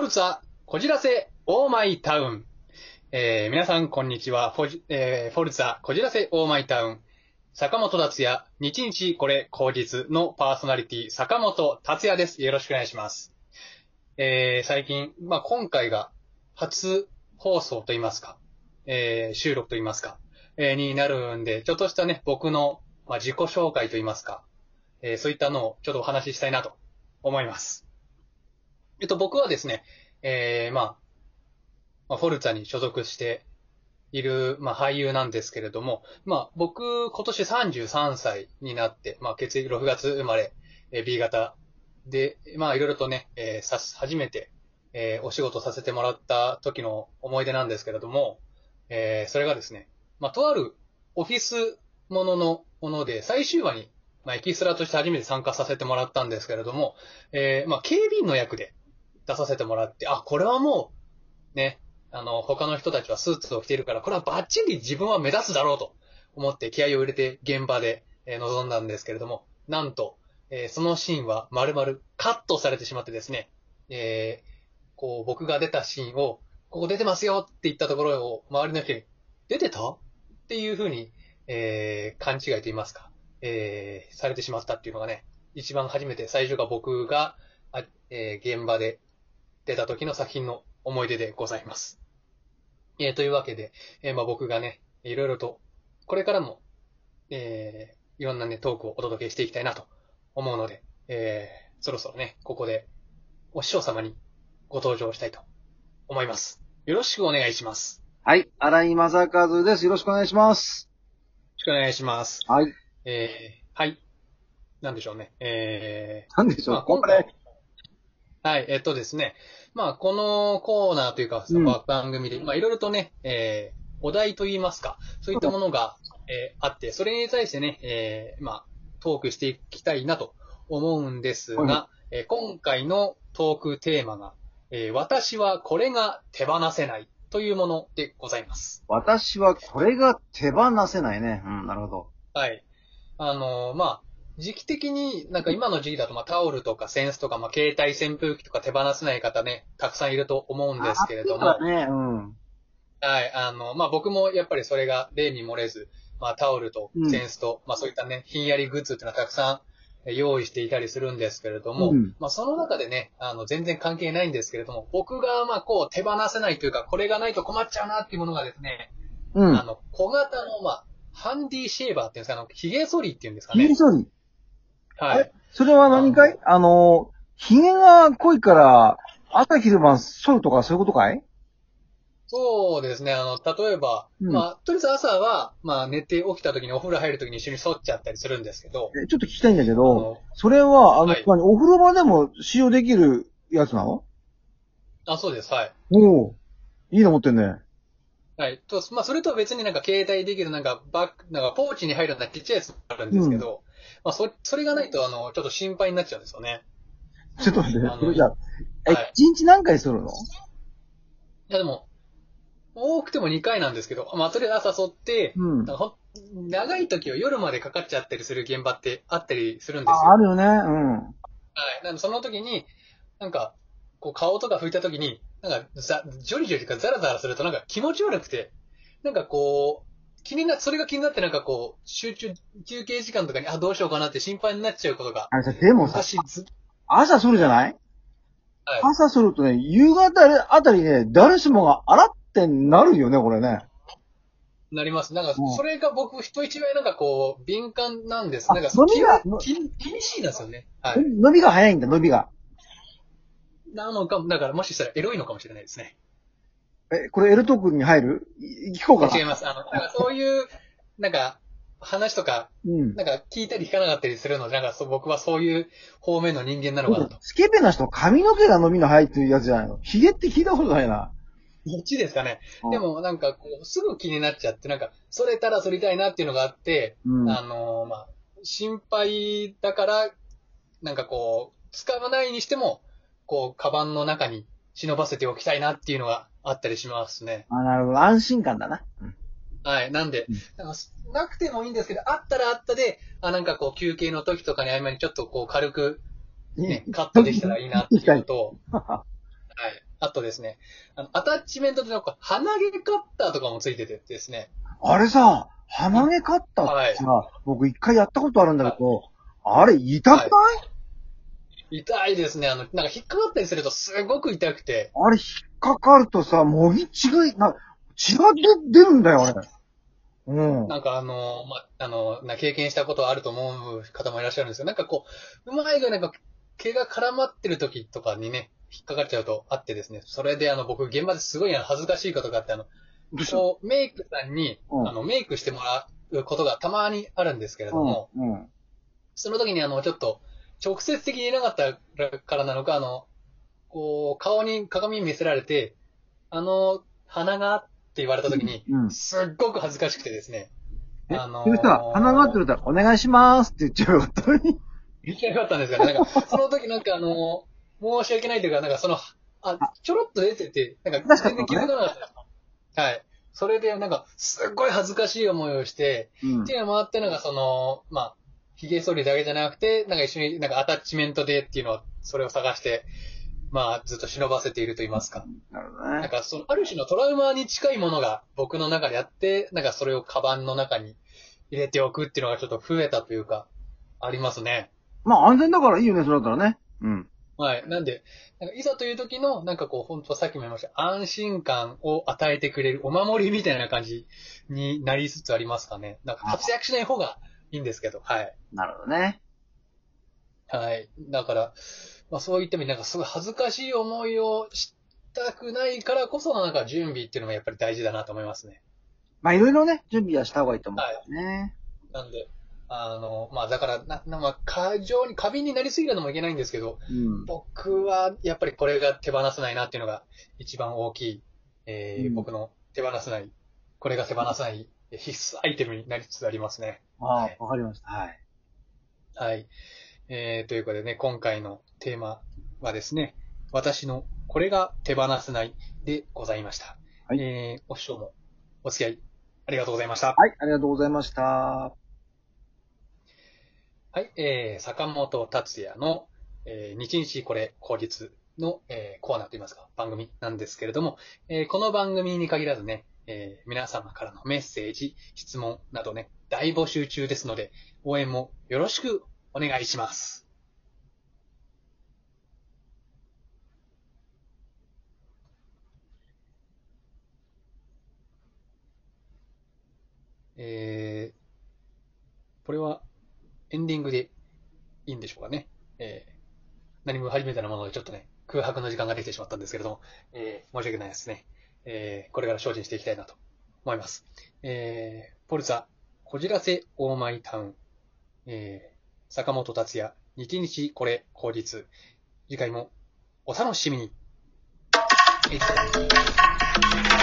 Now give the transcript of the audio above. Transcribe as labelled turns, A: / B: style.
A: ルツァこじらせオーマイタウン。皆さんこんにちは。フォルツァこじらせオーマイタウン。坂本達也、日々これ口実のパーソナリティ、坂本達也です。よろしくお願いします。最近、今回が初放送といいますか、収録といいますか、になるんで、ちょっとしたね、僕の、自己紹介といいますか、そういったのをちょっとお話ししたいなと思います。僕はですね、フォルツァに所属している、俳優なんですけれども、僕、今年33歳になって、血液6月生まれ、B 型で、いろいろとね、初めて、お仕事させてもらった時の思い出なんですけれども、それがですね、とあるオフィスもので、最終話に、エキストラとして初めて参加させてもらったんですけれども、警備員の役で出させてもらって、これはもう、ね、他の人たちはスーツを着ているから、これはバッチリ自分は目立つだろうと思って気合を入れて現場で臨んだんですけれども、なんと、そのシーンは丸々カットされてしまってですね、僕が出たシーンを、ここ出てますよって言ったところを周りの人に、出てたっていうふうに、勘違いと言いますか、されてしまったっていうのがね、一番初めて最初が僕が、現場で出た時の作品の思い出でございます。というわけで、僕がね、いろいろと、これからも、いろんなね、トークをお届けしていきたいなと思うので、そろそろね、ここで、お師匠様にご登場したいと思います。よろしくお願いします。
B: はい、荒井正和です。よろしくお願いします。
A: よろしくお願いします。
B: はい。
A: はい。なんでしょうね。
B: なんでしょう、
A: 今回、はい、ですね。このコーナーというか、番組で、いろいろとね、お題といいますか、そういったものが、あって、それに対してね、トークしていきたいなと思うんですが、今回のトークテーマが、私はこれが手放せないというものでございます。
B: 私はこれが手放せないね。なるほど。
A: はい。時期的になんか今の時期だとタオルとか扇子とか携帯扇風機とか手放せない方ね、たくさんいると思うんですけれども。
B: ね、
A: はい。僕もやっぱりそれが例に漏れず、タオルと扇子と、そういったね、ひんやりグッズっていうのはたくさん用意していたりするんですけれども、その中でね、全然関係ないんですけれども、僕が手放せないというか、これがないと困っちゃうなっていうものがですね、小型のハンディシェーバーっていうんですか、髭剃りっていうんですかね。
B: 髭剃り。
A: はい。
B: それは何かい？髭が濃いから、朝昼晩剃るとかそういうことかい？
A: そうですね。例えば、とりあえず朝は、寝て起きた時にお風呂入る時に一緒に剃っちゃったりするんですけど。
B: ちょっと聞きたいんだけど、それは、お風呂場でも使用できるやつなの？
A: そうです。はい。
B: おー。いいの持ってんね。
A: はい。それとは別に携帯できるポーチに入るようなちっちゃいやつがあるんですけど、それがないとちょっと心配になっちゃうんですよね。
B: ちょっと待って、それじゃあ、一日何回するの？い
A: やでも、多くても2回なんですけど、とりあえず朝剃って、長い時は夜までかかっちゃったりする現場ってあったりするんですよ。
B: あるよね。はい。
A: なのでその時に、顔とか拭いた時に、ジョリジョリとかザラザラすると気持ち悪くて、それが気になって休憩時間とかに、どうしようかなって心配になっちゃうことが。
B: でもさ、朝剃るじゃない？はい。朝剃るとね、夕方あたりね、誰しもが洗ってなるよね、これね。
A: なります。それが僕、人一倍敏感なんです。
B: 伸びが、
A: 厳しいんですよね。はい。
B: 伸びが早いんだ、伸びが。
A: だからもしかしたらエロいのかもしれないですね。
B: これエロトークに入る？聞こうかな。
A: 違います。そういう、話とか、聞いたり聞かなかったりするので、僕はそういう方面の人間なのかなと。
B: スケベな人、髪の毛が伸びの早いっていうやつじゃないの？髭って聞いたことないな。
A: どっちですかね。でも、すぐ気になっちゃって、それたら剃りたいなっていうのがあって、心配だから、使わないにしても、カバンの中に忍ばせておきたいなっていうのがあったりしますね。
B: なるほど。安心感だな。
A: はい。なんで、なくてもいいんですけど、あったらあったで、休憩の時とかに合間にちょっと軽く、ね、カットできたらいいなっていうのと、はい。 あとですね、アタッチメントでなんか鼻毛カッターとかもついててですね。
B: あれさ、鼻毛カッターってさ、僕一回やったことあるんだけど、あれ痛くない？
A: 痛いですね。なんか引っかかったりするとすごく痛くて。
B: あれ引っかかるとさ、もぎ血が出るんだよ、あれ。うん。
A: なんか経験したことあると思う方もいらっしゃるんですよ。なんかこう、うまいがなんか毛が絡まってる時とかにね、引っかかっちゃうとあってですね。それで僕現場ですごい恥ずかしいことがあって、こう、メイクさんに、メイクしてもらうことがたまにあるんですけれども、その時にちょっと、直接的に言えなかったからなのか、こう、顔に鏡見せられて、鼻がって言われた時に、すっごく恥ずかしくてですね。
B: それさ、鼻がって言ったら、お願いしますって言っちゃうよったのに。
A: 言っちゃよかったんですかね。なんか、その時なんか申し訳ないというか、なんかちょろっと出てて、なんか全然気づかなかったです。はい。それで、なんか、すっごい恥ずかしい思いをして、っていうのもあって、なんか髭剃りだけじゃなくて、なんか一緒になんかアタッチメントでっていうのを、それを探して、ずっと忍ばせていると言いますか。
B: なるほどね。
A: なんかある種のトラウマに近いものが僕の中であって、なんかそれをカバンの中に入れておくっていうのがちょっと増えたというか、ありますね。
B: 安全だからいいよね、それだったらね。うん。
A: はい。なんで、いざという時の、なんかこう、本当さっきも言いました、安心感を与えてくれるお守りみたいな感じになりつつありますかね。なんか活躍しない方がいいんですけど、はい。
B: なるほどね。
A: はい。だから、そういった意味でなんかすごい恥ずかしい思いをしたくないからこそのなんか準備っていうのがやっぱり大事だなと思いますね。
B: いろいろね、準備はした方がいいと思うね。
A: はい。なんで、だから、過剰に過敏になりすぎるのもいけないんですけど、僕はやっぱりこれが手放せないなっていうのが一番大きい、僕の手放せない、これが手放せない必須アイテムになりつつありますね。
B: わかりました。はい。
A: はい。ということでね、今回のテーマはですね、私のこれが手放せないでございました。
B: はい。
A: お師匠もお付き合いありがとうございました。
B: はい、ありがとうございました。
A: はい、坂本達也の、日々これ口実の、コーナーといいますか、番組なんですけれども、この番組に限らずね、皆様からのメッセージ、質問などね、大募集中ですので、応援もよろしくお願いします。これはエンディングでいいんでしょうかね。何も初めてなものでちょっとね、空白の時間ができてしまったんですけれども、申し訳ないですね。これから精進していきたいなと思います。ポルツァ、こじらせオーマイタウン、坂本達也、日々これ口実。次回もお楽しみに。